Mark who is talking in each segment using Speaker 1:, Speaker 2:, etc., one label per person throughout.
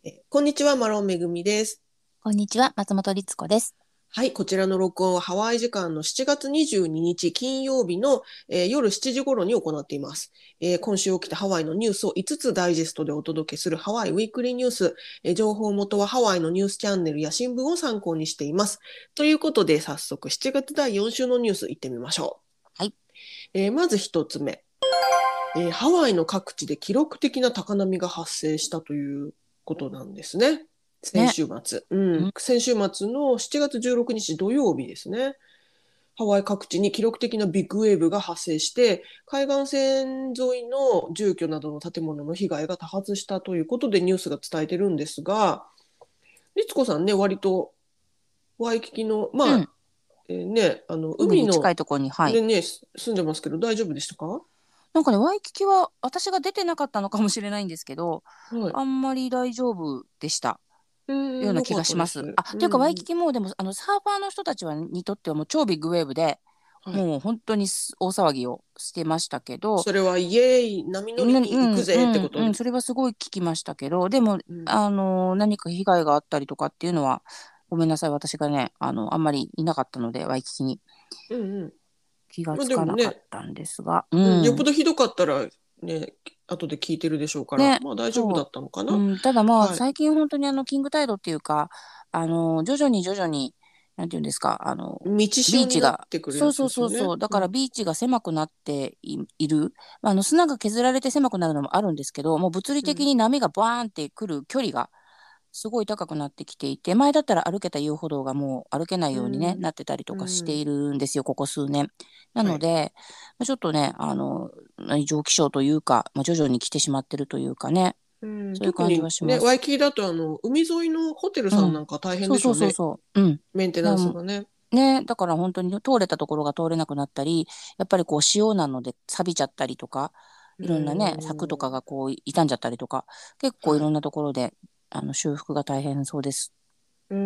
Speaker 1: こんにちは、マロンめぐみです。
Speaker 2: こんにちは、松本律子です。
Speaker 1: はい、こちらの録音はハワイ時間の7月22日金曜日の、夜7時頃に行っています。今週起きたハワイのニュースを5つダイジェストでお届けするハワイウィークリーニュース。情報元はハワイのニュースチャンネルや新聞を参考にしています。ということで、早速7月第4週のニュース行ってみましょ
Speaker 2: はい。
Speaker 1: う。まず1つ目、ハワイの各地で記録的な高波が発生したということなんですね。先
Speaker 2: ね。
Speaker 1: 週末。
Speaker 2: うん。
Speaker 1: 先週末の7月16日土曜日ですね。ハワイ各地に記録的なビッグウェーブが発生して、海岸線沿いの住居などの建物の被害が多発したということでニュースが伝えてるんですが、律子さんね、割とワイキキの、
Speaker 2: うん。
Speaker 1: 海の、
Speaker 2: 海に近いところに、はい。
Speaker 1: でね、住んでますけど大丈夫でしたか？
Speaker 2: なんかね、ワイキキは私が出てなかったのかもしれないんですけど、
Speaker 1: はい。
Speaker 2: あんまり大丈夫でしたような
Speaker 1: よ
Speaker 2: 気
Speaker 1: かったです。
Speaker 2: がします。あ、というかワイキキもでも、サーファーの人たちにとってはもう超ビッグウェーブで、
Speaker 1: はい。
Speaker 2: もう本当に大騒ぎをしてましたけど、
Speaker 1: それはイエーイ、波乗りに行くぜってことで。
Speaker 2: それはすごい聞きましたけど、でも、
Speaker 1: うん。
Speaker 2: 何か被害があったりとかっていうのは、ごめんなさい、私がね、あんまりいなかったので、ワイキキに。
Speaker 1: うんうん。まあ
Speaker 2: 気がつかなかっ
Speaker 1: でもね、
Speaker 2: たんですが、
Speaker 1: うん、よっぽどひどかったらね、後で聞いてるでしょうから、
Speaker 2: ね、
Speaker 1: まあ大丈夫だ
Speaker 2: そ
Speaker 1: ったのか
Speaker 2: う、
Speaker 1: な。
Speaker 2: ただまあ、
Speaker 1: はい。
Speaker 2: 最近本当にキングタイドっていうか、徐々に、なんていうんですか、
Speaker 1: 道潮になっ
Speaker 2: ビーチが、
Speaker 1: てくるやつ
Speaker 2: そうそう
Speaker 1: ですよね。
Speaker 2: そうそう、だ
Speaker 1: うん。
Speaker 2: からビーチが狭くなっている。砂が削られて狭くなるのもあるんですけど、もう物理
Speaker 1: うん。
Speaker 2: 的に波がバーンってくる距離がすごい高くなってきていて、前だったら歩けた遊歩道がもう歩けない
Speaker 1: う
Speaker 2: ように、ね、
Speaker 1: ん。
Speaker 2: なってたりと
Speaker 1: う
Speaker 2: かして
Speaker 1: ん。
Speaker 2: いるんですよ、ここ数年。な
Speaker 1: はい。
Speaker 2: ので、ちょっとね、異常気象というか、徐々に来てしまってるというかね、
Speaker 1: うん、
Speaker 2: そういう感じは
Speaker 1: 特にね、ワイ
Speaker 2: します。
Speaker 1: キキだと海沿いのホテルさんな
Speaker 2: うん。
Speaker 1: んか大変
Speaker 2: そうそう
Speaker 1: でしょうね。
Speaker 2: そうそう。うん。
Speaker 1: メンテナンス
Speaker 2: な
Speaker 1: がね。
Speaker 2: ね、だから本当に通れたところが通れなくなったり、やっぱりこう塩なので錆びちゃったりとか、
Speaker 1: う
Speaker 2: いろんなね、柵とか
Speaker 1: ん。
Speaker 2: がこう傷んじゃったりとか、結構い
Speaker 1: はい。
Speaker 2: ろんなところで修復が大変そうです。
Speaker 1: うん。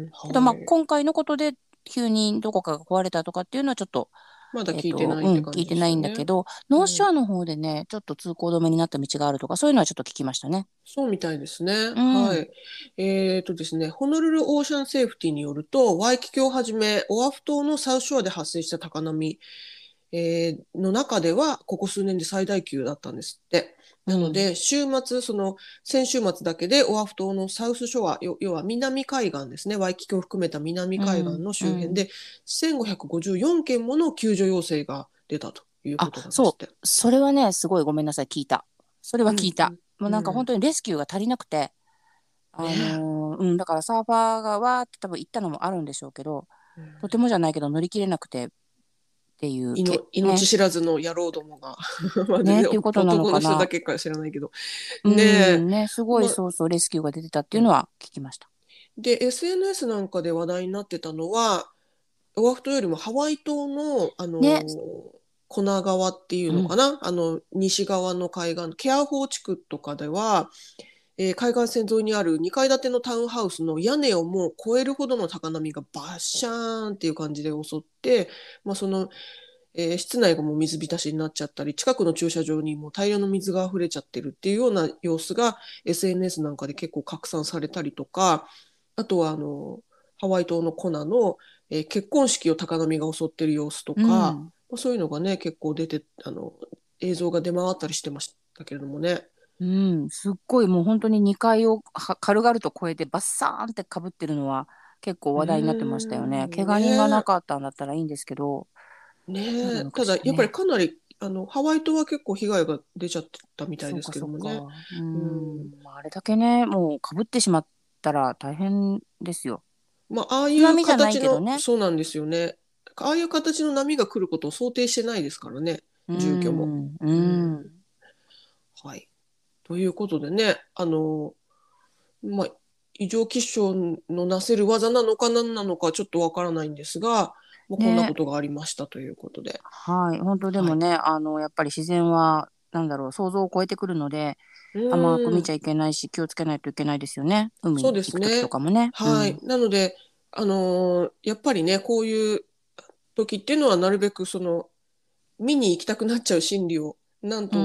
Speaker 2: けどまあ
Speaker 1: はい。
Speaker 2: 今回のことで急にどこかが壊れたとかっていうのはちょっと、
Speaker 1: まだ聞いてないって感じで
Speaker 2: 聞いてないんだけ
Speaker 1: すよね。
Speaker 2: ど、ノーショ
Speaker 1: うん。
Speaker 2: アの方でね、ちょっと通行止めになった道があるとか、そういうのはちょっと聞きましたね。
Speaker 1: そうみたいですね。
Speaker 2: うん。
Speaker 1: はい。ですね、ホノルルオーシャンセーフティによると、ワイキキをはじめ、オアフ島のサウスショアで発生した高波、の中では、ここ数年で最大級だったんですって。
Speaker 2: うん。
Speaker 1: なので、先週末だけでオアフ島のサウスショア、要は南海岸ですね、ワイキキを含めた南
Speaker 2: うん。
Speaker 1: 海岸の
Speaker 2: うん。
Speaker 1: 周辺で、1554件もの救助要請が出たというこ
Speaker 2: あ、
Speaker 1: となんです
Speaker 2: そ
Speaker 1: って。
Speaker 2: う。それはね、すごいごめんなさい、聞いた。それは
Speaker 1: うん、
Speaker 2: 聞いた。もうなんか
Speaker 1: うん、
Speaker 2: 本当にレスキューが足りなくて、
Speaker 1: ね
Speaker 2: だからサーファーがわーって多分行ったのもあるんでしょうけど、
Speaker 1: え。
Speaker 2: とてもじゃないけど乗り切れなくてっていう
Speaker 1: 命
Speaker 2: ね、
Speaker 1: 知らずの野郎どもがまあ全
Speaker 2: ね、
Speaker 1: 然
Speaker 2: っていうことなの
Speaker 1: 男の
Speaker 2: かな。
Speaker 1: 人だけか知らないけど
Speaker 2: う
Speaker 1: ねえ、
Speaker 2: ん、ね、すごい
Speaker 1: まあ、
Speaker 2: そうそう、レスキューが出てたって
Speaker 1: うん、
Speaker 2: いうのは聞きました。
Speaker 1: で SNS なんかで話題になってたのはオアフ島よりもハワイ島の
Speaker 2: ね、
Speaker 1: コナ川っていう
Speaker 2: うん、
Speaker 1: のかな、西側の海岸ケアフォー地区とかでは、海岸線沿いにある2階建てのタウンハウスの屋根をもう越えるほどの高波がバッシャーンっていう感じで襲って、まあ、室内がもう水浸しになっちゃったり、近くの駐車場にも大量の水が溢れちゃってるっていうような様子が SNS なんかで結構拡散されたりとか、あとはハワイ島のコナの、結婚式を高波が襲ってる様子とか、
Speaker 2: うん、
Speaker 1: そういうのがね、結構出て、映像が出回ったりしてましたけれどもね。
Speaker 2: うん、すっごいもう本当に2階を軽々と越えてバッサーンってかぶってるのは結構
Speaker 1: ね
Speaker 2: 話題になってましたよね。怪
Speaker 1: え、ね
Speaker 2: 我人がな
Speaker 1: え、
Speaker 2: かったんだったらいいんですけど、
Speaker 1: ねえ。
Speaker 2: どうなのか
Speaker 1: ただ、やっぱり
Speaker 2: しらね。
Speaker 1: かなり、ハワイ島は結構被害が出ちゃってたみたいです
Speaker 2: そうかそう
Speaker 1: けどもね。
Speaker 2: か。
Speaker 1: うん。
Speaker 2: まああれだけね、もうかぶってしまったら大変ですよ。
Speaker 1: まあ、ああいう
Speaker 2: 津波じゃない
Speaker 1: 形の、
Speaker 2: けどね。
Speaker 1: そうなんですよね。ああいう形の波が来ることを想定してないですからね、住居も。うん。はい。ということでね、まあ、異常気象のなせる技なのか何なのかちょっとわからないんですが、まあ、こんな
Speaker 2: ね、
Speaker 1: ことがありましたということで。
Speaker 2: はい。本当で
Speaker 1: はい。
Speaker 2: もね、やっぱり自然は、なんだろう、想像を超えてくるので、
Speaker 1: う
Speaker 2: 甘く見ちゃ
Speaker 1: ん。
Speaker 2: いけないし、気をつけないといけないですよね。
Speaker 1: そうで
Speaker 2: 海行くときと
Speaker 1: すね。
Speaker 2: かもね。う
Speaker 1: はい。
Speaker 2: ん。
Speaker 1: なので、やっぱりね、こういう時っていうのはなるべく見に行きたくなっちゃう心理をなん
Speaker 2: うー
Speaker 1: と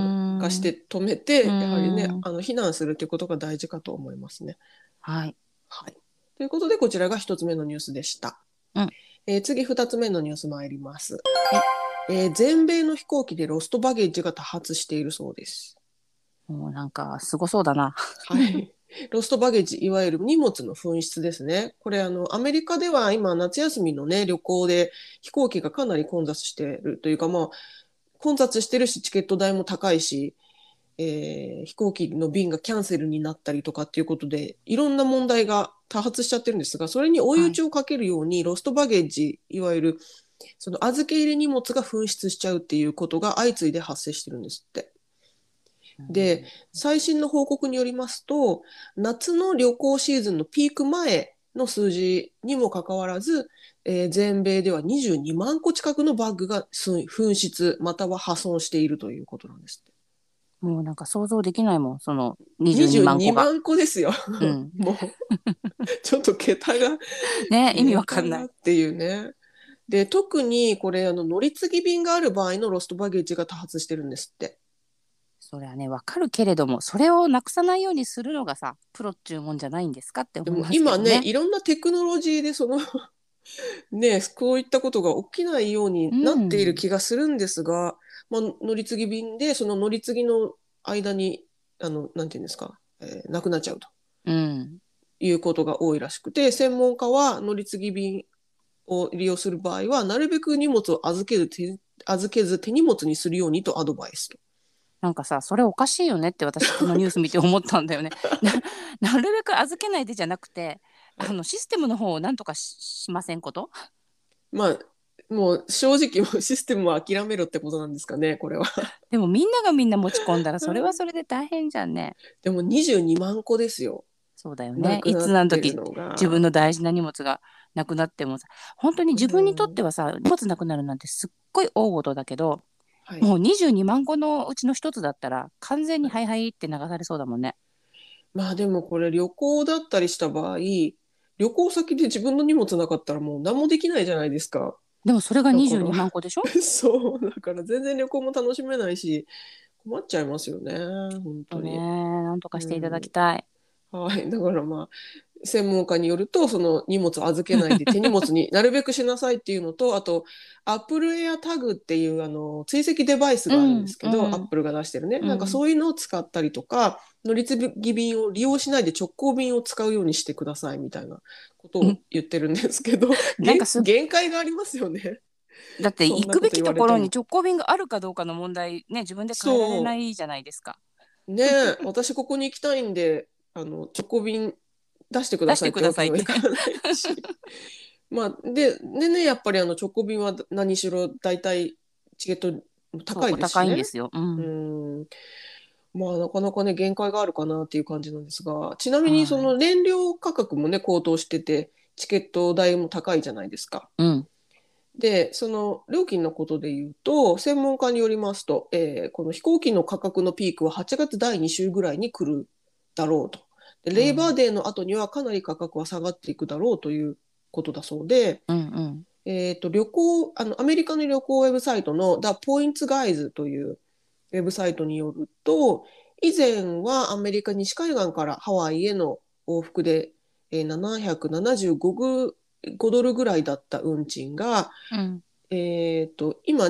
Speaker 1: かして止めて、やはりね、避難するということが大事かと思いますね。
Speaker 2: はい。
Speaker 1: はい。ということで、こちらが1つ目のニュースでした。次、2つ目のニュース参ります。全米の飛行機でロストバゲージが多発しているそうです。
Speaker 2: もうなんかすごそうだな。
Speaker 1: はい。ロストバゲージ、いわゆる荷物の紛失ですね。これアメリカでは今夏休みのね旅行で飛行機がかなり混雑しているというか、まあ混雑してるしチケット代も高いし、飛行機の便がキャンセルになったりとかっていうことでいろんな問題が多発しちゃってるんですが、それに追い打ちをかけるように、ロストバゲージ、いわゆるその預け入れ荷物が紛失しちゃうっていうことが相次いで発生してるんですって。で、最新の報告によりますと、夏の旅行シーズンのピーク前の数字にもかかわらず、全米では22万個近くのバッグが紛失または破損しているということなんですって。
Speaker 2: もうなんか想像できないもん、その22
Speaker 1: 22
Speaker 2: 万個が。
Speaker 1: 万個ですよ。もうちょっと桁が
Speaker 2: ね、意味わかんない。
Speaker 1: 桁がっていうね。で、特にこれ乗り継ぎ便がある場合のロストバゲージが多発してるんですって。
Speaker 2: それはね、わかるけれども、それをなくさないようにするのがさ、プロっちゅうもんじゃないんですかって
Speaker 1: で
Speaker 2: 思い
Speaker 1: も今ね、
Speaker 2: ますけどね。
Speaker 1: いろんなテクノロジーでね、こういったことが起きないようになっている気がするんですが、まあ、乗り継ぎ便でその乗り継ぎの間になんていうんですか、なくなっちゃうということが多いらしくて、専門家は乗り継ぎ便を利用する場合はなるべく荷物を預けず手荷物にするようにとアドバイスと。
Speaker 2: なんかさ、それおかしいよねって私このニュース見て思ったんだよね。なるべく預けないでじゃなくて、システムの方をなんとかしませんこと。
Speaker 1: まあもう正直もうシステムを諦めろってことなんですかね、これは。
Speaker 2: でもみんながみんな持ち込んだらそれはそれで大変じゃんね。
Speaker 1: でも22万個ですよ。
Speaker 2: そうだよね。
Speaker 1: なく
Speaker 2: いつ
Speaker 1: なってる
Speaker 2: 何時
Speaker 1: のが。
Speaker 2: 自分の大事な荷物がなくなってもさ、本当に自分にとってはさ、荷物なくなるなんてすっごい大事だけど、
Speaker 1: はい。
Speaker 2: もう22万個のうちの一つだったら完全にはいはいって流されそうだもんね。
Speaker 1: まあでもこれ旅行だったりした場合、旅行先で自分の荷物なかったらもう何もできないじゃないですか。
Speaker 2: でもそれが
Speaker 1: だか
Speaker 2: 22万
Speaker 1: ら
Speaker 2: 個でしょ。
Speaker 1: そう、だから全然旅行も楽しめないし、困っちゃいますよね、本当
Speaker 2: とね、
Speaker 1: に。
Speaker 2: なんとかしていただ
Speaker 1: うん。
Speaker 2: きたい。
Speaker 1: はい。だからまあ、専門家によると、その荷物を預けないで手荷物になるべくしなさいっていうのと、あと、Apple AirTag っていう追跡デバイスがあるんで
Speaker 2: うん
Speaker 1: すけど、
Speaker 2: うん
Speaker 1: Apple が出してるね。なんか
Speaker 2: うん。
Speaker 1: そういうのを使ったりとか、乗り継ぎ便を利用しないで直行便を使うようにしてくださいみたいなことを言ってるんですけど、
Speaker 2: なんか
Speaker 1: 限界がありますよね。
Speaker 2: だって
Speaker 1: そん
Speaker 2: 行くべき
Speaker 1: なこと言われても。
Speaker 2: ところに直行便があるかどうかの問題ね、自分で変えられな
Speaker 1: そ
Speaker 2: いじゃないですか。
Speaker 1: う。ねえ、私ここに行きたいんで、直行便出してください
Speaker 2: 出して
Speaker 1: ってわけにはい
Speaker 2: くださいって。
Speaker 1: かないし。まあ、でね、やっぱり直行便は何しろ大体チケット
Speaker 2: そう、
Speaker 1: 高い
Speaker 2: お
Speaker 1: ですしね。
Speaker 2: 高いんですよ。う
Speaker 1: う
Speaker 2: ん。
Speaker 1: ん。まあ、なかなかね、限界があるかなっていう感じなんですが、ちなみにそ
Speaker 2: はい。
Speaker 1: の燃料価格もね、高騰してて、チケット代も高いじゃないですか。
Speaker 2: うん。
Speaker 1: で、その料金のことで言うと、専門家によりますと、この飛行機の価格のピークは8月第2週ぐらいに来るだろうと。で、レイバー
Speaker 2: うん。
Speaker 1: デーの後にはかなり価格は下がっていくだろうということだそうで、
Speaker 2: うん。うん。
Speaker 1: 旅行、アメリカの旅行ウェブサイトの The Points Guys というウェブサイトによると、以前はアメリカ西海岸からハワイへの往復で、775ドルぐらいだった運賃が、
Speaker 2: うん。
Speaker 1: 今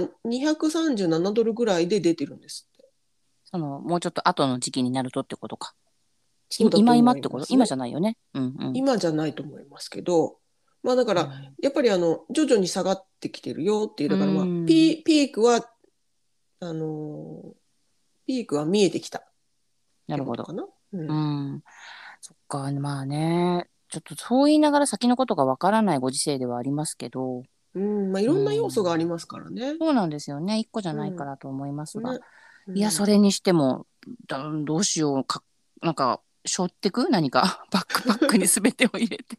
Speaker 1: 237ドルぐらいで出てるんですって。
Speaker 2: もうちょっと後の時期になるとってことか。
Speaker 1: そうだと思い
Speaker 2: 今ってこと今じ
Speaker 1: ます。
Speaker 2: ゃないよね。うんうん。
Speaker 1: 今じゃないと思いますけど、まあだから、
Speaker 2: うん。
Speaker 1: やっぱり徐々に下がってきてるよっていう、
Speaker 2: う
Speaker 1: だからまあ、
Speaker 2: ん。
Speaker 1: ピークは、あのピークは見えてきたって
Speaker 2: なるほど。
Speaker 1: ことかな。う
Speaker 2: う
Speaker 1: ん。
Speaker 2: ん。そっか、まあね。ちょっとそう言いながら先のことがわからないご時世ではありますけど、
Speaker 1: うん、まあい
Speaker 2: う
Speaker 1: ろんな要素があり
Speaker 2: ん。
Speaker 1: ますからね。
Speaker 2: そうなんですよね。一個じゃないか
Speaker 1: うん。
Speaker 2: らと思いますが。
Speaker 1: ね。う
Speaker 2: いや、そ
Speaker 1: ん。
Speaker 2: れにしても、どうしようか、なんか、背負ってく何か、バックパックに全てを入れて。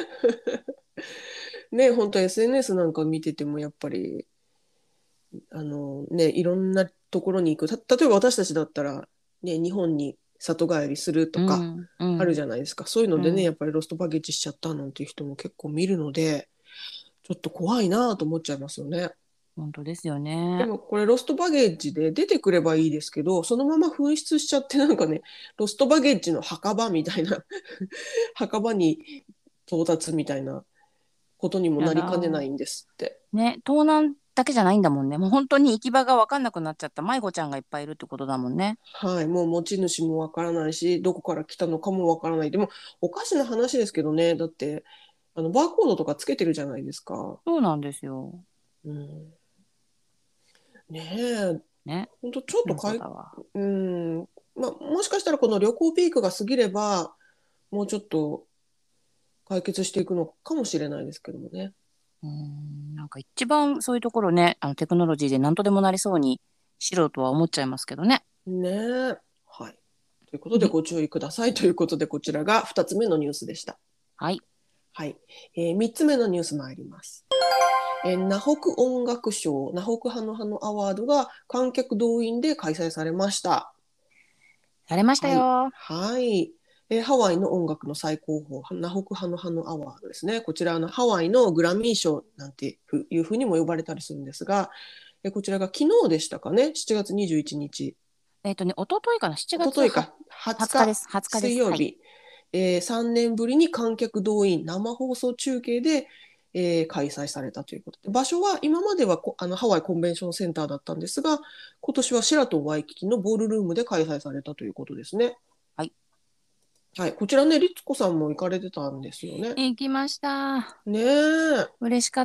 Speaker 1: ね、本当 SNS なんか見ててもやっぱり、ね、いろんなところに行く。例えば私たちだったら、ね、日本に里帰りするとか
Speaker 2: うん、う
Speaker 1: ある
Speaker 2: ん、
Speaker 1: じゃないですか。そういうのでね、や
Speaker 2: うん。
Speaker 1: っぱりロストバゲージしちゃったなんていう人も結構見るので、ちょっと怖いなと思っちゃいますよね。
Speaker 2: 本当ですよ
Speaker 1: で
Speaker 2: ね。
Speaker 1: もこれロストバゲージで出てくればいいですけど、そのまま紛失しちゃってなんかね、ロストバゲージの墓場みたいな墓場に到達みたいなことにもなり
Speaker 2: やだ
Speaker 1: かねないんですって。
Speaker 2: ね、盗難だけじゃないんだもんね。もう本当に行き場が分かんなくなっちゃった迷子ちゃんがいっぱいいるってことだもんね。
Speaker 1: はい、もう持ち主もわからないし、どこから来たのかもわからない。でもおかしな話ですけどね、だってバーコードとかつけてるじゃないですか。
Speaker 2: そうなんですよ。
Speaker 1: うん、ねえ、
Speaker 2: ね。
Speaker 1: 本当ちょっと
Speaker 2: 謎だわ。
Speaker 1: うん、まあ、もしかしたらこの旅行ピークが過ぎれば、もうちょっと解決していくのかもしれないですけどもね。
Speaker 2: なんか一番そういうところね、テクノロジーで何とでもなりそうにしろとは思っちゃいますけどね。
Speaker 1: ねえ。はい。ということでご注意くださいということで、こちらが2つ目のニュースでした。
Speaker 2: はい。
Speaker 1: はい。3つ目のニュース参ります。南北音楽賞、南北ハノハノアワードが観客動員で開催されました。
Speaker 2: されました
Speaker 1: はい。
Speaker 2: よ。
Speaker 1: はい。ハワイの音楽の最高峰、南北ハノハノアワードですね。こちらのハワイのグラミー賞なんていうふうにも呼ばれたりするんですが、こちらが昨日でしたかね、7月21日。
Speaker 2: 一昨日かな、7月
Speaker 1: 一昨日か、20
Speaker 2: 20日で
Speaker 1: 日
Speaker 2: す。20日です。はい。
Speaker 1: 水曜日、3年ぶりに観客動員生放送中継で、開催されたということで、場所は今まではハワイコンベンションセンターだったんですが、今年はシェラトンワイキキのボールルームで開催されたということですね。
Speaker 2: はい。
Speaker 1: はい、こちらね、律子さんも行かれてたんですよね。
Speaker 2: 行きました。
Speaker 1: ねえ、
Speaker 2: 嬉しかった。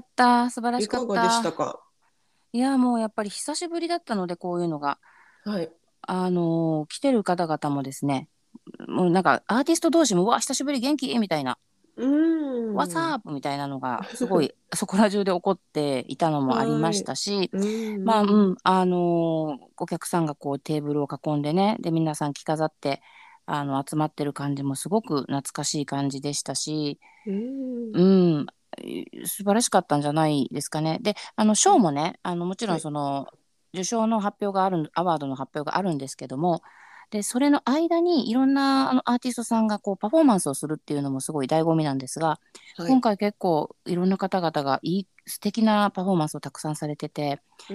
Speaker 2: 素晴らしかっ
Speaker 1: いかがでした
Speaker 2: た。
Speaker 1: か？
Speaker 2: いや、もうやっぱり久しぶりだったので、こういうのが。
Speaker 1: はい。
Speaker 2: 来てる方々もですね、もうなんかアーティスト同士も、うわ、久しぶり元気みたいな、
Speaker 1: うーん。
Speaker 2: ワッツアップみたいなのが、すごい、そこら中で起こっていたのもありまし
Speaker 1: はい。
Speaker 2: たし、
Speaker 1: う
Speaker 2: まあ、
Speaker 1: んうん。
Speaker 2: お客さんがこうテーブルを囲んでね、で、皆さん着飾って、集まってる感じもすごく懐かしい感じでしたし、
Speaker 1: うん。
Speaker 2: うん、素晴らしかったんじゃないですかね。で、賞もね、もちろ
Speaker 1: はい。
Speaker 2: んその、受賞の発表がある、アワードの発表があるんですけども、で、それの間にいろんなアーティストさんがこうパフォーマンスをするっていうのもすごい醍醐味なんですが、
Speaker 1: はい。
Speaker 2: 今回結構いろんな方々が素敵なパフォーマンスをたくさんされてて、
Speaker 1: うん。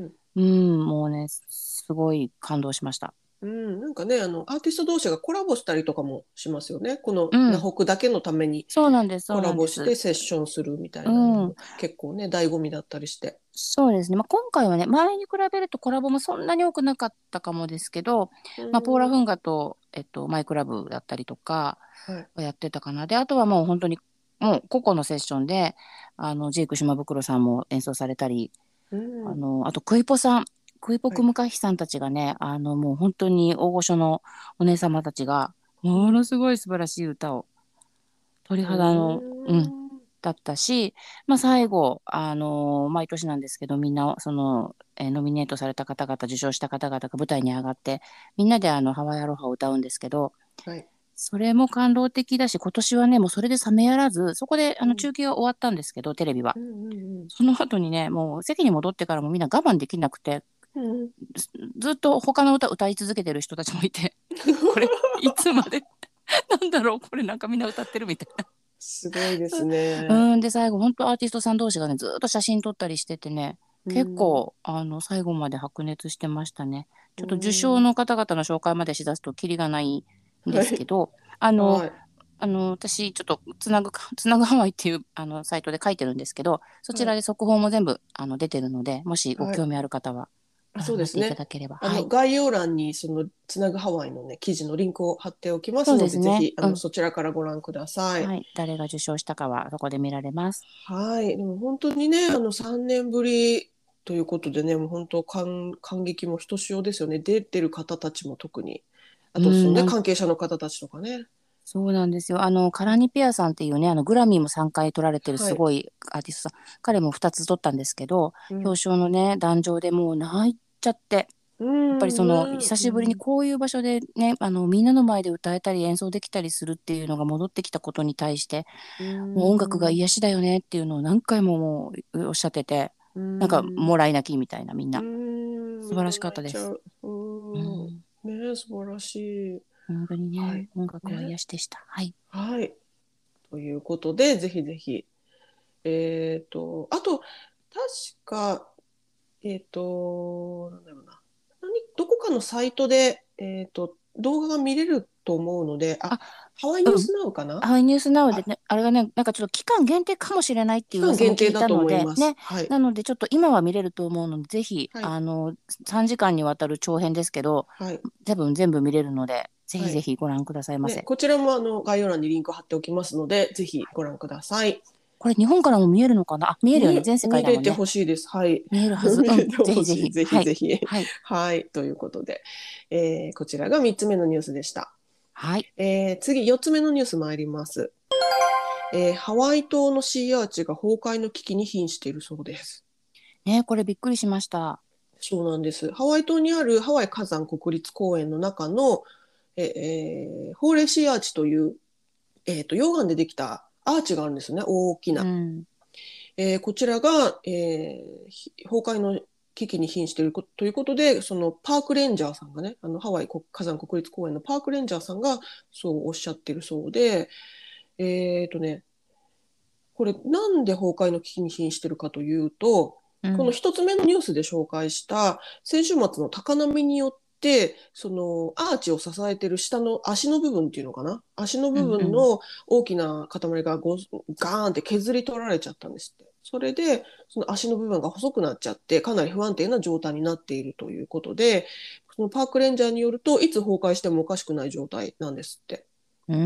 Speaker 2: もうね、すごい感動しました。
Speaker 1: うん、なんかね、アーティスト同士がコラボしたりとかもしますよね。この
Speaker 2: うん、
Speaker 1: ナホクだけのために
Speaker 2: そうなんです、そう
Speaker 1: コラ
Speaker 2: なんです。
Speaker 1: ボしてセッションするみた
Speaker 2: う
Speaker 1: いなの
Speaker 2: ん、
Speaker 1: も結構ね、醍醐味だったりして。
Speaker 2: そうですね。まあ、今回はね、前に比べるとコラボもそんなに多くなかったかもですけど、
Speaker 1: う
Speaker 2: まあ、ポーラ・
Speaker 1: ん、
Speaker 2: フンガと、マイクラブだったりとか
Speaker 1: はい。
Speaker 2: はやってたかな。で、あとはもう本当に、もう個々のセッションで、ジェイク島袋さんも演奏されたり、
Speaker 1: うん、
Speaker 2: あとクイポさん、クイポ
Speaker 1: はい。
Speaker 2: クムカヒさんたちがね、もう本当に大御所のお姉様たちが、
Speaker 1: うん、
Speaker 2: ものすごい素晴らしい歌を、鳥
Speaker 1: う
Speaker 2: 肌の、
Speaker 1: ん、
Speaker 2: だったし、まあ、最後、毎年なんですけど、みんな、ノミネートされた方々、受賞した方々が舞台に上がって、みんなでハワイアロハを歌うんですけど、
Speaker 1: はい。
Speaker 2: それも感動的だし、今年はね、もうそれで冷めやらず、そこで
Speaker 1: うん、
Speaker 2: 中継は終わったんですけど、テレビは。
Speaker 1: うん、うん、
Speaker 2: その後にね、もう席に戻ってからもみんな我慢できなくて、
Speaker 1: うん。うん。
Speaker 2: ずっと他の歌歌い続けてる人たちもいて、これ、いつまでなんだろう、これなんかみんな歌ってるみたいな。
Speaker 1: すごいですね。
Speaker 2: で、最後、本当アーティストさん同士がね、ずーっと写真撮ったりしててね、
Speaker 1: うん、
Speaker 2: 結構、最後まで白熱してましたね。
Speaker 1: う
Speaker 2: ちょっと受賞
Speaker 1: ん、
Speaker 2: の方々の紹介までしだすとキリがないんで
Speaker 1: はい。
Speaker 2: すけど、あの、
Speaker 1: はい。
Speaker 2: 私、ちょっとつなぐハワイっていう、サイトで書いてるんですけど、そち
Speaker 1: はい。
Speaker 2: らで速報も全部、出てるので、もしご
Speaker 1: はい。
Speaker 2: 興味ある方はご覧
Speaker 1: そう
Speaker 2: になっていた
Speaker 1: ですね。
Speaker 2: だければ。はい。
Speaker 1: 概要欄にそのつなぐハワイのね、記事のリンクを貼っておきま
Speaker 2: そう
Speaker 1: すので、
Speaker 2: ですね。
Speaker 1: ぜひそちらからご覧ください。
Speaker 2: はい。誰が受賞したかはそこで見られます。
Speaker 1: はい。でも本当にね、3年ぶりということでね、もう本当感激もひとしおですよね。出てる方たちも特に。あと、そのね、関係者の方たちとかね。
Speaker 2: そうなんですよ。カラニピアさんっていうね、グラミーも3回取られてる
Speaker 1: はい。
Speaker 2: すごいアーティストさん。彼も2つ取ったんですけど、
Speaker 1: うん。
Speaker 2: 表彰のね、壇上でもう泣いちゃって、
Speaker 1: う
Speaker 2: やっぱり
Speaker 1: ん、
Speaker 2: 久しぶりに
Speaker 1: うん、
Speaker 2: こういう場所でね、みんなの前で歌えたり演奏できたりするっていうのが戻ってきたことに対して、
Speaker 1: う
Speaker 2: もう音楽が
Speaker 1: ん、
Speaker 2: 癒しだよねっていうのを何回ももうおっしゃってて、
Speaker 1: う
Speaker 2: なんか
Speaker 1: ん、
Speaker 2: もらい泣きみたいなみん
Speaker 1: う
Speaker 2: な。
Speaker 1: ん、みんな
Speaker 2: 素晴らしかったです。
Speaker 1: 泣いちゃう。
Speaker 2: う
Speaker 1: うん。
Speaker 2: ん、
Speaker 1: ね、素晴らしい。
Speaker 2: 本当にね、
Speaker 1: はい。
Speaker 2: 音楽は
Speaker 1: ね。
Speaker 2: 癒しでした。はい。
Speaker 1: はい。ということで、ぜひぜひ。あと、確か、 なんだろうな。どこかのサイトで、動画が見れると思うので、
Speaker 2: あ、
Speaker 1: ハワイニュー
Speaker 2: うん。
Speaker 1: スナウかな。
Speaker 2: はい、ニュースナウで
Speaker 1: あ、
Speaker 2: ね、あれがね、なんかちょっと期間限定かもしれないって
Speaker 1: 期間
Speaker 2: いう噂も聞
Speaker 1: 限定だと
Speaker 2: いたので、
Speaker 1: 思います。
Speaker 2: ね、
Speaker 1: はい。
Speaker 2: なのでちょっと今は見れると思うので、ぜひ、
Speaker 1: はい。
Speaker 2: 3時間にわたる長編ですけど、
Speaker 1: はい。
Speaker 2: 多分全部見れるので、ぜひ
Speaker 1: はい。
Speaker 2: ぜひご覧くださいま
Speaker 1: ね、
Speaker 2: せ。
Speaker 1: こちらも概要欄にリンク貼っておきますので、ぜひご覧ください。
Speaker 2: これ日本からも見えるのかなあ、見えるよね。全世界
Speaker 1: 見れて
Speaker 2: だもんね。
Speaker 1: ほしいです。はい。
Speaker 2: 見えるはず。
Speaker 1: 見
Speaker 2: うん。
Speaker 1: れてほしい。
Speaker 2: ぜひぜひ。
Speaker 1: ぜひ
Speaker 2: はい。
Speaker 1: ぜひ。
Speaker 2: はい。
Speaker 1: はい。ということで、こちらが3つ目のニュースでした。
Speaker 2: はい。
Speaker 1: 次、4つ目のニュース参ります。ハワイ島のシーアーチが崩壊の危機に瀕しているそうです。
Speaker 2: ね、これびっくりしました。
Speaker 1: そうなんです。ハワイ島にあるハワイ火山国立公園の中の、ホーレシーアーチという、溶岩でできたアーチがあるんですね。大きな。
Speaker 2: うん。
Speaker 1: こちらが、崩壊の危機に瀕しているということで、そのパークレンジャーさんがね、ハワイ火山国立公園のパークレンジャーさんがそうおっしゃってるそうで、ね、これなんで崩壊の危機に瀕しているかというと、この
Speaker 2: うん。
Speaker 1: 一つ目のニュースで紹介した先週末の高波によって、そのアーチを支えている下の足の部分っていうのかな、足の部
Speaker 2: うん。うん。
Speaker 1: 分の大きな塊がガーンって削り取られちゃったんですって。それでその足の部分が細くなっちゃってかなり不安定な状態になっているということで、そのパークレンジャーによるといつ崩壊してもおかしくない状態なんですって。
Speaker 2: うん。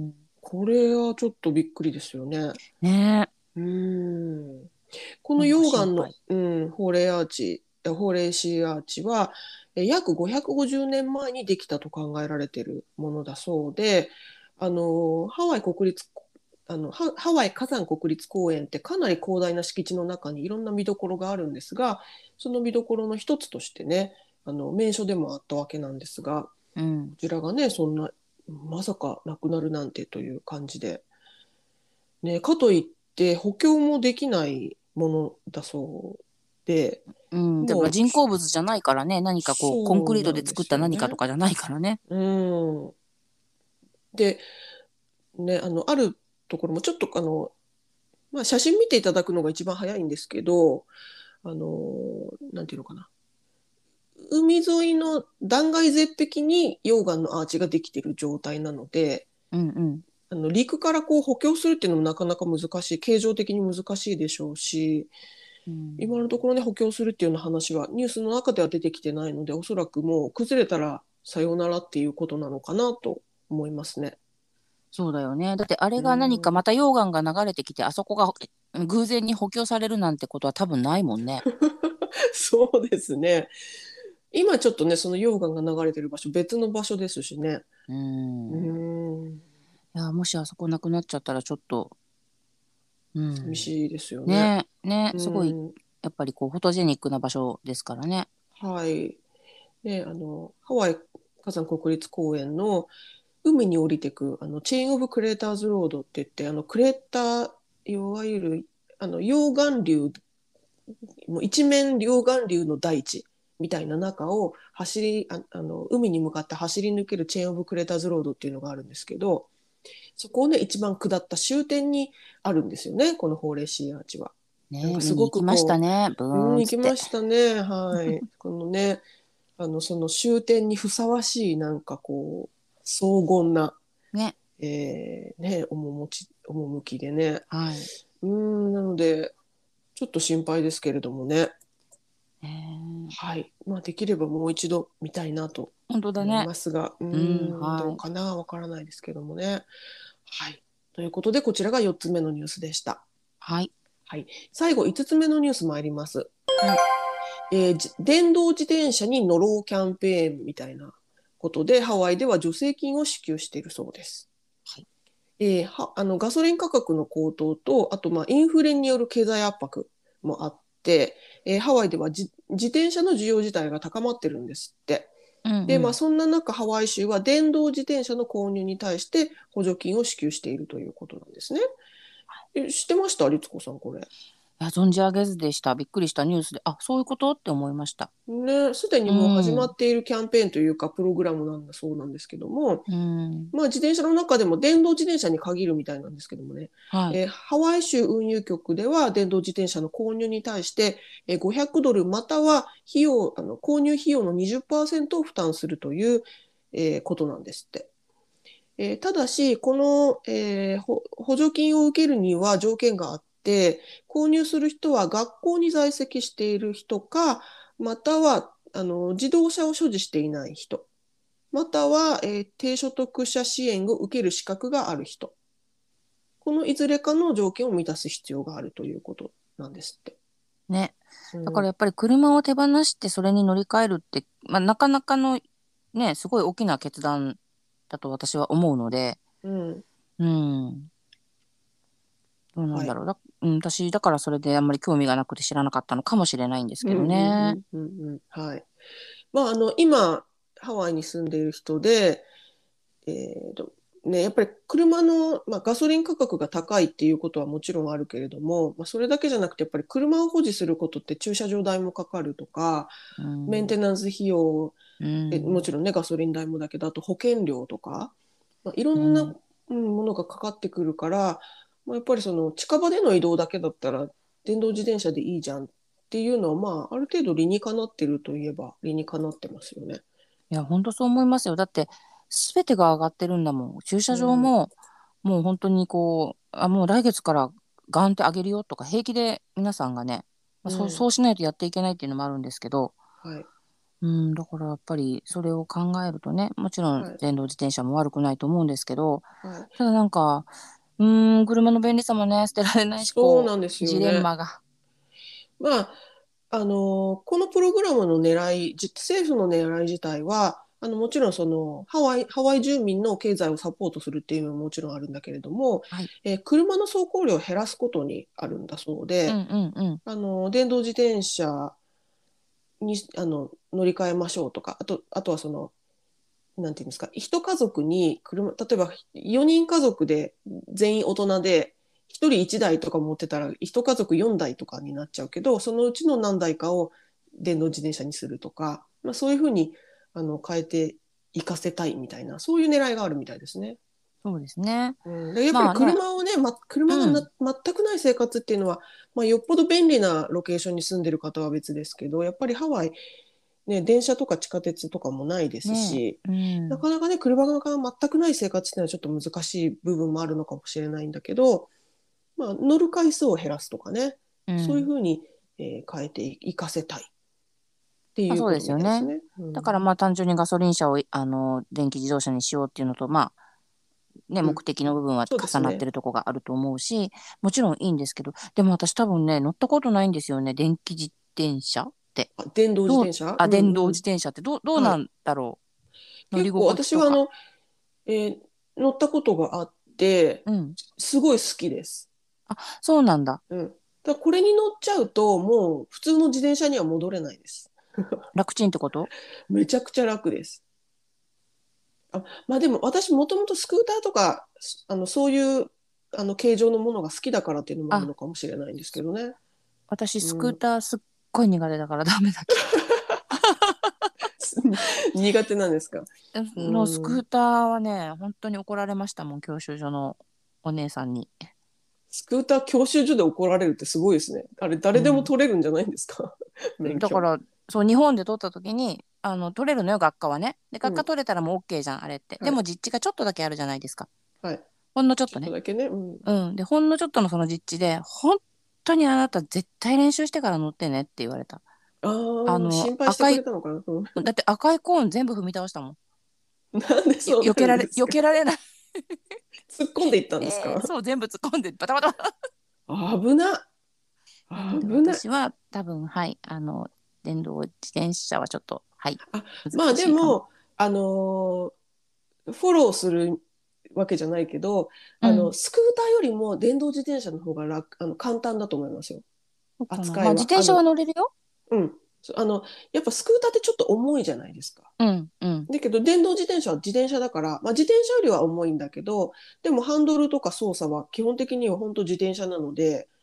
Speaker 1: これはちょっとびっくりですよね。
Speaker 2: ね
Speaker 1: うーん。こ
Speaker 2: え。
Speaker 1: の
Speaker 2: なんか
Speaker 1: 溶岩の、
Speaker 2: 心配。
Speaker 1: ホーレアーチ、ホーレーシーアーチは、約550年前にできたと考えられているものだそうで、ハワイ国立、ハワイ火山国立公園ってかなり広大な敷地の中にいろんな見どころがあるんですが、その見どころの一つとしてね、名所でもあったわけなんですが、こ
Speaker 2: うん。
Speaker 1: ちらがね、そんな、まさかなくなるなんてという感じで、ね、かといって補強もできないものだそうで、
Speaker 2: うん。でも
Speaker 1: もう
Speaker 2: 人工物じゃないからね。何かこう、コンクリートで
Speaker 1: そうなんで
Speaker 2: 作った何かと
Speaker 1: すよね。
Speaker 2: かじゃないからね。
Speaker 1: うん。で、ね、あるところもちょっとまあ、写真見ていただくのが一番早いんですけど、なんていうのかな。海沿いの断崖絶壁に溶岩のアーチができている状態なので、
Speaker 2: うんうん。
Speaker 1: 陸からこう補強するっていうのもなかなか難しい、形状的に難しいでしょうし、
Speaker 2: うん。
Speaker 1: 今のところね、補強するっていうような話はニュースの中では出てきてないので、おそらくもう崩れたらさようならっていうことなのかなと思いますね。
Speaker 2: そうだよね。だってあ
Speaker 1: う
Speaker 2: れが何か
Speaker 1: ん。
Speaker 2: また溶岩が流れてきて、あそこが偶然に補強されるなんてことは多分ないもんね。
Speaker 1: そうですね。今ちょっとね、その溶岩が流れてる場所、別の場所ですしね。
Speaker 2: う
Speaker 1: う
Speaker 2: ん。い
Speaker 1: ん。
Speaker 2: や、もしあそこなくなっちゃったらちょっと、うん。
Speaker 1: 寂しいですよね。
Speaker 2: ねえ、ねえ、
Speaker 1: う
Speaker 2: すごい、
Speaker 1: ん。
Speaker 2: やっぱりこう、フォトジェニックな場所ですからね。
Speaker 1: はい。ね、ハワイ火山国立公園の海に降りてくチェーン・オブ・クレーターズ・ロードって言って、クレーター、いわゆる溶岩流、もう一面溶岩流の大地みたいな中を海に向かって走り抜けるチェーン・オブ・クレーターズ・ロードっていうのがあるんですけど、そこをね、一番下った終点にあるんですよね、このホーレーシーアーチは。なん
Speaker 2: ねえ、
Speaker 1: かすご
Speaker 2: 見に行きました
Speaker 1: くこ
Speaker 2: ね。ブ
Speaker 1: う、行きま
Speaker 2: ーンつって。
Speaker 1: したね。はい。このね、その終点にふさわしい、なんかこう、荘厳な、
Speaker 2: ね。
Speaker 1: ね、趣でね。
Speaker 2: はい。
Speaker 1: なので、ちょっと心配ですけれどもね。
Speaker 2: え
Speaker 1: はい。まあ、できればもう一度見たいなと
Speaker 2: 本当だ
Speaker 1: 思い
Speaker 2: ね。
Speaker 1: ますが、
Speaker 2: うん、
Speaker 1: ど
Speaker 2: はい。
Speaker 1: うかな、わからないですけどもね。はい。ということで、こちらが4つ目のニュースでした。
Speaker 2: はい。
Speaker 1: はい。最後、5つ目のニュース参ります。
Speaker 2: はい。
Speaker 1: 電動自転車に乗ろうキャンペーンみたいなことで、ハワイでは助成金を支給しているそうです。
Speaker 2: はい。
Speaker 1: ガソリン価格の高騰と、あとインフレによる経済圧迫もあって、ハワイでは自転車の需要自体が高まってるんですって。で、
Speaker 2: うんうん。
Speaker 1: そんな中、ハワイ州は電動自転車の購入に対して補助金を支給しているということなんですね。知ってました律子さん、これ。
Speaker 2: いや、存じ上げずでした。びっくりしたニュースで、あ、そういうことって思いました。
Speaker 1: ね、すでに
Speaker 2: う
Speaker 1: もう始ま
Speaker 2: ん。
Speaker 1: っているキャンペーンというか、プログラムなんだそうなんですけども、
Speaker 2: うん。
Speaker 1: まあ、自転車の中でも電動自転車に限るみたいなんですけどもね、
Speaker 2: はい。
Speaker 1: ハワイ州運輸局では電動自転車の購入に対して、$500または購入費用の20%を負担するという、ことなんですって。ただし、この、補助金を受けるには条件があって、購入する人は学校に在籍している人か、または自動車を所持していない人、または、低所得者支援を受ける資格がある人、このいずれかの条件を満たす必要があるということなんですって。
Speaker 2: ね。
Speaker 1: うん、
Speaker 2: だからやっぱり車を手放してそれに乗り換えるって、まあ、なかなかのね、すごい大きな決断だと私は思うので、
Speaker 1: うん、
Speaker 2: うん。どうなん
Speaker 1: はい。
Speaker 2: だろう。うん、私、だからそれであんまり興味がなくて知らなかったのかもしれないんですけど
Speaker 1: うんうんう
Speaker 2: ね。
Speaker 1: んうんうん。はい。まあ、今、ハワイに住んでいる人で、えーとやっぱり車の、まあ、ガソリン価格が高いっていうことはもちろんあるけれども、まあ、それだけじゃなくてやっぱり車を保持することって駐車場代もかかるとか、
Speaker 2: う
Speaker 1: メンテ
Speaker 2: ん。
Speaker 1: ナンス費用、
Speaker 2: うん。
Speaker 1: もちろんねガソリン代もだけど、あと保険料とか、まあ、いろんな、
Speaker 2: ね。
Speaker 1: ものがかかってくるから、まあ、やっぱりその近場での移動だけだったら電動自転車でいいじゃんっていうのは、まあ、ある程度理にかなってるといえば理にかなってますよね。
Speaker 2: いや、本当そう思いますよ。だって、すべてが上がってるんだもん。駐車場
Speaker 1: うん、
Speaker 2: も、もう本当にこう、あ、もう来月からガンって上げるよとか、平気で皆さんがね、まあ、そう、
Speaker 1: うん、
Speaker 2: そうしないとやっていけないっていうのもあるんですけど、
Speaker 1: はい、
Speaker 2: うん、だからやっぱりそれを考えるとね、もちろん
Speaker 1: はい、
Speaker 2: 電動自転車も悪くないと思うんですけど、
Speaker 1: はい。
Speaker 2: ただなんか、車の便利さもね、捨てられないし、こ
Speaker 1: そうなんです
Speaker 2: う、ジレン
Speaker 1: よね。
Speaker 2: マが。
Speaker 1: まあ、このプログラムの狙い、政府の狙い自体は、もちろんそのハワイ住民の経済をサポートするっていうのももちろんあるんだけれども、
Speaker 2: はい。
Speaker 1: 車の走行量を減らすことにあるんだそうで、
Speaker 2: うんうんうん。
Speaker 1: 電動自転車に乗り換えましょうとか、あとはその、なんていうんですか、一家族に車、例えば4人家族で全員大人で、1人1台とか持ってたら、一家族4台とかになっちゃうけど、そのうちの何台かを電動自転車にするとか、まあ、そういうふうに変えていかせたいみたいな、そういう狙いがあるみたいですね。
Speaker 2: そうですね。
Speaker 1: うん、でやっぱり
Speaker 2: まあね、
Speaker 1: 車をね、車が
Speaker 2: うん。
Speaker 1: 全くない生活っていうのは、まあ、よっぽど便利なロケーションに住んでる方は別ですけど、やっぱりハワイ、ね、電車とか地下鉄とかもないです
Speaker 2: ね
Speaker 1: し、
Speaker 2: え、うん。
Speaker 1: なかなかね、車が全くない生活っていうのはちょっと難しい部分もあるのかもしれないんだけど、まあ、乗る回数を減らすとかね、そういう
Speaker 2: うん。
Speaker 1: ふうに、変えていかせたいって
Speaker 2: まあそうで
Speaker 1: いうこと
Speaker 2: すよね。
Speaker 1: みたいですね。う
Speaker 2: だからま
Speaker 1: ん、
Speaker 2: あ単純にガソリン車を電気自動車にしようっていうのと、まあね、
Speaker 1: うん、
Speaker 2: 目的の部分は
Speaker 1: そうですね。
Speaker 2: 重なってるとこがあると思うし、もちろんいいんですけど、でも私多分ね、乗ったことないんですよね、電気自転車って。
Speaker 1: 電動自転車、
Speaker 2: 電動
Speaker 1: うんうん。
Speaker 2: 自転車ってどう
Speaker 1: はい。
Speaker 2: なんだろう。乗り
Speaker 1: 結構
Speaker 2: 心地とか。
Speaker 1: 私はえー乗ったことがあって、
Speaker 2: うん。
Speaker 1: すごい好きです。
Speaker 2: あ、そうなんだ。
Speaker 1: うん。だからこれに乗っちゃうと、もう普通の自転車には戻れないです。
Speaker 2: 楽ちんってこと？
Speaker 1: めちゃくちゃ楽です。まあでも私もともとスクーターとか、そういう形状のものが好きだからっていうのもある
Speaker 2: あ、
Speaker 1: のかもしれないんですけどね。
Speaker 2: 私スクー
Speaker 1: うん。
Speaker 2: ターすっごい苦手だからダメだ、きっと。
Speaker 1: 苦手なんですか。
Speaker 2: のス
Speaker 1: うん。
Speaker 2: クーターはね、本当に怒られましたもん、教習所のお姉さんに。
Speaker 1: スクーター教習所で怒られるってすごいですね。あれ、誰でも
Speaker 2: うん。
Speaker 1: 取れるんじゃないんですか？免許。
Speaker 2: だから、そう、日本で取った時に、取れるのよ、学科はね。で、学科
Speaker 1: うん。
Speaker 2: 取れたらもう OK じゃん、あれって。で
Speaker 1: はい。
Speaker 2: も実地がちょっとだけあるじゃないですか。
Speaker 1: はい。
Speaker 2: ほんのちょっ
Speaker 1: ちょっ
Speaker 2: とね。
Speaker 1: とだけね。うん。
Speaker 2: うん。で、ほんのちょっとのその実地で、本当にあなた絶対練習してから乗ってねって言われた。
Speaker 1: ああ、心配してくれたのかな。うん。
Speaker 2: だって赤いコーン全部踏み倒したもん。
Speaker 1: なんでそうなるんです
Speaker 2: 避
Speaker 1: か？
Speaker 2: けられない。
Speaker 1: 突っ込んでいったんですか？
Speaker 2: そう、全部突っ込んで、バタバタ。
Speaker 1: 危な。
Speaker 2: なので
Speaker 1: 危ない。
Speaker 2: 私は多分、はい、電動自転車はちょっと、はい、
Speaker 1: まあ
Speaker 2: 難しいかも。
Speaker 1: でも、フォローするわけじゃないけど、
Speaker 2: うん。
Speaker 1: スクーターよりも電動自転車の方が簡単だと思いますよ。
Speaker 2: そうかな。まあ、自
Speaker 1: 扱いは。
Speaker 2: 転車は乗れるよ。
Speaker 1: うん。やっぱスクーターってちょっと重いじゃないですか。
Speaker 2: うん、うん。
Speaker 1: だけど、電動自転車は自転車だから、まあ、自転車よりは重いんだけど、でもハンドルとか操作は基本的には本当自転車なので、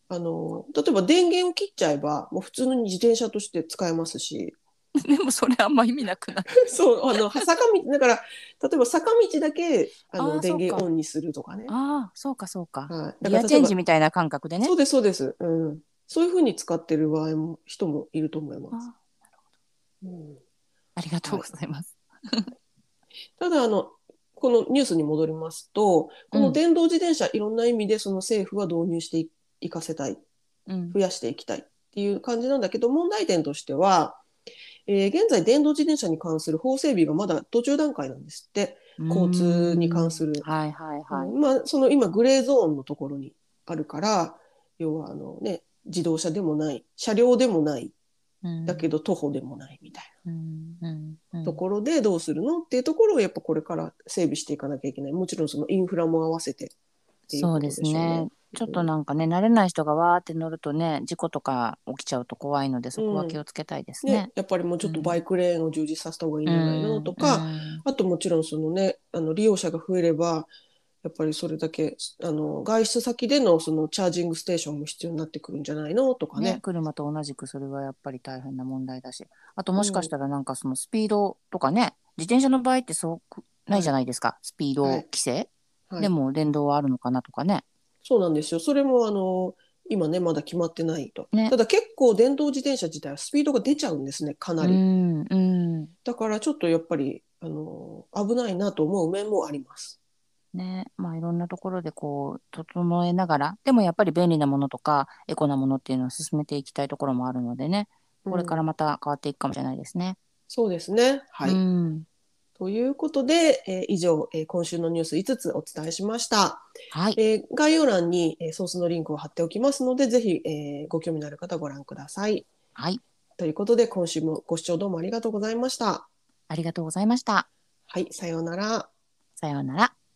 Speaker 1: 例えば電源を切っちゃえばもう普通に自転車として使えますし。
Speaker 2: でもそれあんま意味なくない？
Speaker 1: そう坂道だから例えば坂道だけ
Speaker 2: ああ、
Speaker 1: 電
Speaker 2: そうか。
Speaker 1: 源オンにするとかね。
Speaker 2: ああ、そうかそうか。
Speaker 1: はい、だ
Speaker 2: ギアチェンジ
Speaker 1: から例えば
Speaker 2: みたいな感覚でね。
Speaker 1: そうですそうです、うん、そういうふうに使ってる場合も人もいると思います。
Speaker 2: あ、
Speaker 1: うん、
Speaker 2: ありがとうご
Speaker 1: はい、
Speaker 2: ざいます。
Speaker 1: ただこのニュースに戻りますと、この
Speaker 2: うん、
Speaker 1: 電動自転車いろんな意味でその政府は導入していかせたい、
Speaker 2: うん、
Speaker 1: 増やしていきたいっていう感じなんだけど、問題点としては、現在電動自転車に関する法整備がまだ途中段階なんですって。
Speaker 2: うー
Speaker 1: 交通に関
Speaker 2: ん、
Speaker 1: する、
Speaker 2: はいはいはい。
Speaker 1: まあ、その今グレーゾーンのところにあるから、要は自動車でもない車両でもない
Speaker 2: うん、
Speaker 1: だけど徒歩でもないみたい
Speaker 2: うん、うん、う
Speaker 1: なと
Speaker 2: ん。
Speaker 1: ころでどうするのっていうところをやっぱこれから整備していかなきゃいけない。もちろんそのインフラも合わせてっていう
Speaker 2: そうで
Speaker 1: ことで
Speaker 2: すね。
Speaker 1: しょうね。
Speaker 2: ちょっとなんかね、慣れない人がわーって乗るとね、事故とか起きちゃうと怖いので、そこは
Speaker 1: うん、
Speaker 2: 気をつけたいです
Speaker 1: ね、
Speaker 2: ね。
Speaker 1: やっぱりもうちょっとバ
Speaker 2: うん、
Speaker 1: イクレーンを充実させた方がいいん
Speaker 2: う
Speaker 1: じゃないの
Speaker 2: ん、う
Speaker 1: とか、
Speaker 2: ん。
Speaker 1: あともちろんそのね、利用者が増えれば、やっぱりそれだけ外出先でのそのチャージングステーションも必要になってくるんじゃないのとか
Speaker 2: ね、
Speaker 1: ね。
Speaker 2: 車と同じくそれはやっぱり大変な問題だし、あともしかし
Speaker 1: うん、
Speaker 2: たらなんかそのスピードとかね、自転車の場合ってそうないじゃ
Speaker 1: はい、
Speaker 2: ないですか、スピード
Speaker 1: はい、
Speaker 2: 規制。
Speaker 1: はい。
Speaker 2: でも電動はあるのかなとかね。
Speaker 1: そうなんですよ。それも今ね、まだ決まってないと。
Speaker 2: ね。
Speaker 1: ただ結構電動自転車自体はスピードが出ちゃうんですね、かなり。
Speaker 2: うん、うん。
Speaker 1: だからちょっとやっぱり、危ないなと思う面もあります。
Speaker 2: ね、まあいろんなところでこう整えながら、でもやっぱり便利なものとかエコなものっていうのを進めていきたいところもあるのでね、これから
Speaker 1: うん、
Speaker 2: また変わっていくかもしれないですね。
Speaker 1: そうですね。は
Speaker 2: う
Speaker 1: い。
Speaker 2: ん。
Speaker 1: ということで、以上、今週のニュース5つお伝えしました。
Speaker 2: はい。
Speaker 1: 概要欄に、ソースのリンクを貼っておきますので、ぜひ、ご興味のある方ご覧ください。
Speaker 2: はい。
Speaker 1: ということで、今週もご視聴どうもありがとうございました。
Speaker 2: ありがとうございました。
Speaker 1: はい、さようなら。
Speaker 2: さようなら。